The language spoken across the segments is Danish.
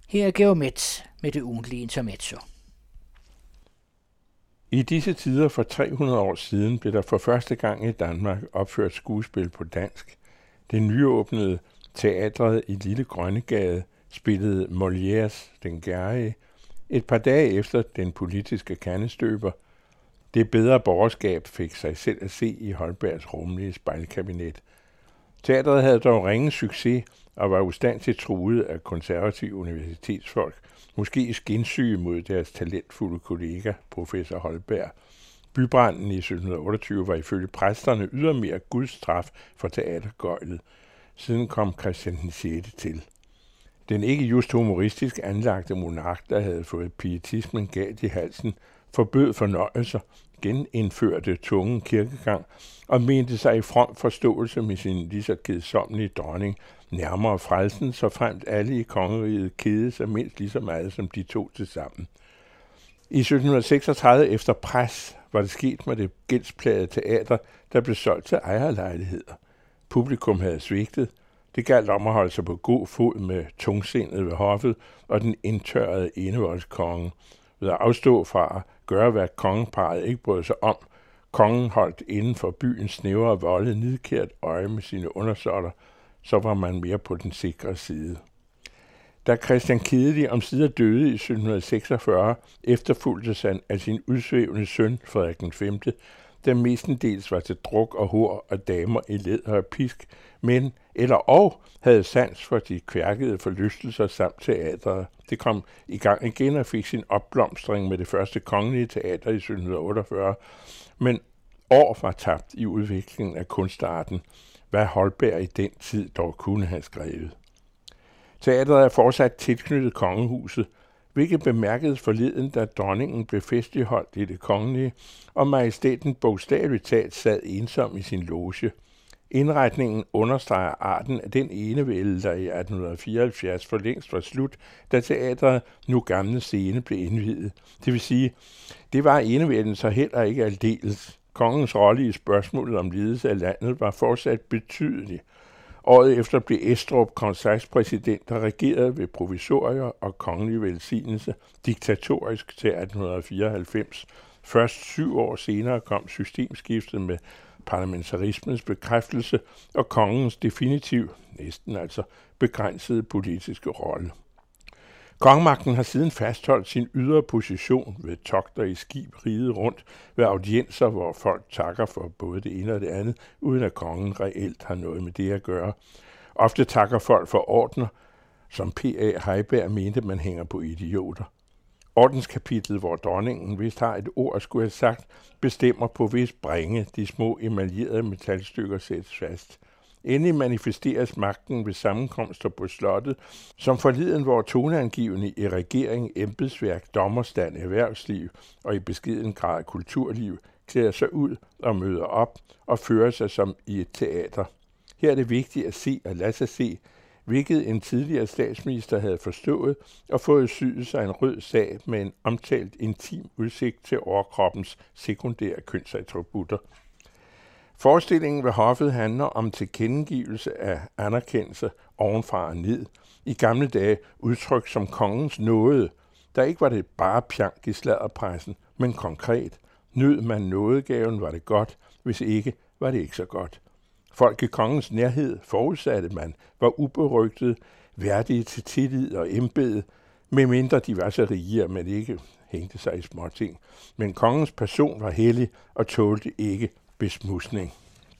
Her er Georg Metz med det ugentlige intermezzo. I disse tider for 300 år siden blev der for første gang i Danmark opført skuespil på dansk. Det nyåbnede teatret i Lille Grønnegade spillede Molières Den Gærige. Et par dage efter Den politiske kandestøber. Det bedre borgerskab fik sig selv at se i Holbergs rummelige spejlkabinet. Teatret havde dog ringe succes og var ustandsigt truet af konservative universitetsfolk, måske skinsyge mod deres talentfulde kollega, professor Holberg. Bybranden i 1728 var ifølge præsterne ydermere Guds straf for teatergøjlet. Siden kom Christian den 6. til. Den ikke just humoristisk anlagte monark, der havde fået pietismen galt i halsen, forbød fornøjelser, genindførte tvungen kirkegang og mente sig i from forståelse med sin lige så kedsommelige dronning nærmere frelsen, så fremt alle i kongeriget kedede sig mindst lige så meget som de to til sammen. I 1736 efter pres var det sket med det gældsplagede teater, der blev solgt til ejerlejligheder. Publikum havde svigtet. Det galt om at holde sig på god fod med tungsindet ved hoffet og den indtørrede enevoldskonge, ved at afstå fra at gøre, hvad kongeparret ikke brød sig om. Kongen holdt inden for byens snævre volde nidkært øje med sine undersåtter, så var man mere på den sikre side. Da Christian Kedelig omsider døde i 1746, efterfulgtes han af sin udsvævende søn Frederik den 5., der mestendels var til druk og hår og damer i læder og pisk, men havde sans for de kværkede forlystelser samt teatret. Det kom i gang igen og fik sin opblomstring med det første kongelige teater i 1748, men år var tabt i udviklingen af kunstarten, hvad Holberg i den tid dog kunne have skrevet. Teatret er fortsat tilknyttet kongehuset, hvilket bemærkedes forleden, da dronningen blev festligholdt i det kongelige, og majestæten bogstaveligt talt sad ensom i sin loge. Indretningen understreger arten af den enevælde, der i 1874 for længst var slut, da teatret Nu Gamle Scene blev indviet. Det vil sige, det var enevælden så heller ikke aldeles. Kongens rolle i spørgsmålet om ledelse af landet var fortsat betydelig. Året efter blev Estrup konseilspræsident, der regerede ved provisorier og kongelig velsignelse diktatorisk til 1894. Først 7 år senere kom systemskiftet med parlamentarismens bekræftelse og kongens definitiv, næsten altså, begrænsede politiske rolle. Kongemagten har siden fastholdt sin ydre position ved togter i skib riget rundt ved audienser, hvor folk takker for både det ene og det andet, uden at kongen reelt har noget med det at gøre. Ofte takker folk for ordner, som P.A. Heiberg mente, man hænger på idioter. Ordenskapitlet, hvor dronningen vist har et ord skulle have sagt, bestemmer på vis bringe de små emaljerede metalstykker sættes fast. Endelig manifesteres magten ved sammenkomster på slottet, som forleden, hvor toneangivende i regering, embedsværk, dommerstand, erhvervsliv og i beskeden grad kulturliv klæder sig ud og møder op og fører sig som i et teater. Her er det vigtigt at se og lade sig se, hvilket en tidligere statsminister havde forstået og fået syet sig en rød sag med en omtalt intim udsigt til overkroppens sekundære kønsattributter. Forestillingen ved hoffet handler om tilkendegivelse af anerkendelse ovenfra og ned, i gamle dage udtrykt som kongens nåde, der ikke var det bare pjank i sladderpressen, men konkret. Nød man nådegaven, var det godt, hvis ikke, var det ikke så godt. Folk i kongens nærhed, forudsatte man, var uberygtet, værdige til tillid og embede, medmindre de var så rige, at man ikke hængte sig i småting. Men kongens person var hellig og tålte ikke besmusning.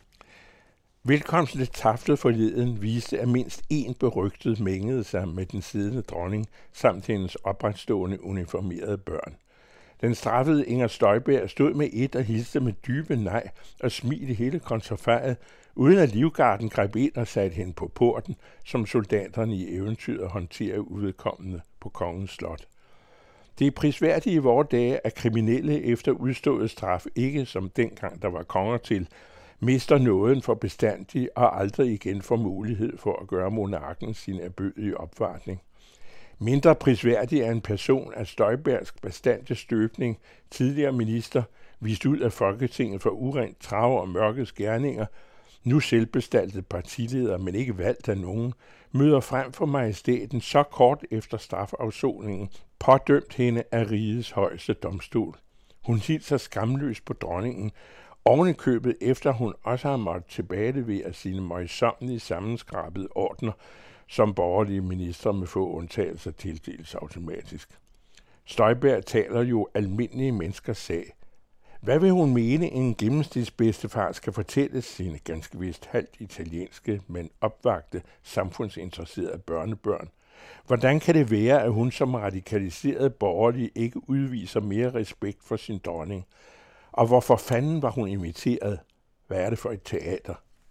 Velkomsten til taflet forleden viste, at mindst én berygtet mængede sig med den siddende dronning samt hendes opretstående uniformerede børn. Den straffede Inger Støjberg stod med et og hilste med dybe nej og smil i hele kontrafejet, uden at livgarden greb ind og satte hende på porten, som soldaterne i eventyret håndterer uvedkommende på kongens slot. Det er prisværdigt i vore dage, at kriminelle efter udstået straf ikke, som dengang der var konger til, mister nåden for bestandig og aldrig igen får mulighed for at gøre monarken sin erbødige opvartning. Mindre prisværdig er en person af Støjbergs bastante støbning, tidligere minister, vist ud af Folketinget for urent trav og mørkets gerninger, nu selvbestaltet partileder, men ikke valgt af nogen, møder frem for majestæten så kort efter strafafsoningen, pådømt hende af rigets højeste domstol. Hun hilser skamløst på dronningen, oven i købet efter hun også har måttet tilbagelevere sine møjsommelige sammenskrabede ordner, som borgerlige ministre med få undtagelser tildeles automatisk. Støjberg taler jo almindelige menneskers sag. Hvad vil hun mene, en gennemsnitsbedstefar skal fortælle sine ganske vist halvt italienske, men opvagte, samfundsinteresserede børnebørn? Hvordan kan det være, at hun som radikaliseret borgerlig ikke udviser mere respekt for sin dronning? Og hvorfor fanden var hun inviteret? Hvad er det for et teater?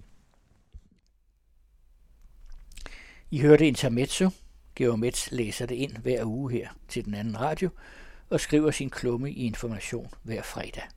I hørte Intermezzo. Georg Metz læser det ind hver uge her til den anden radio og skriver sin klumme i Information hver fredag.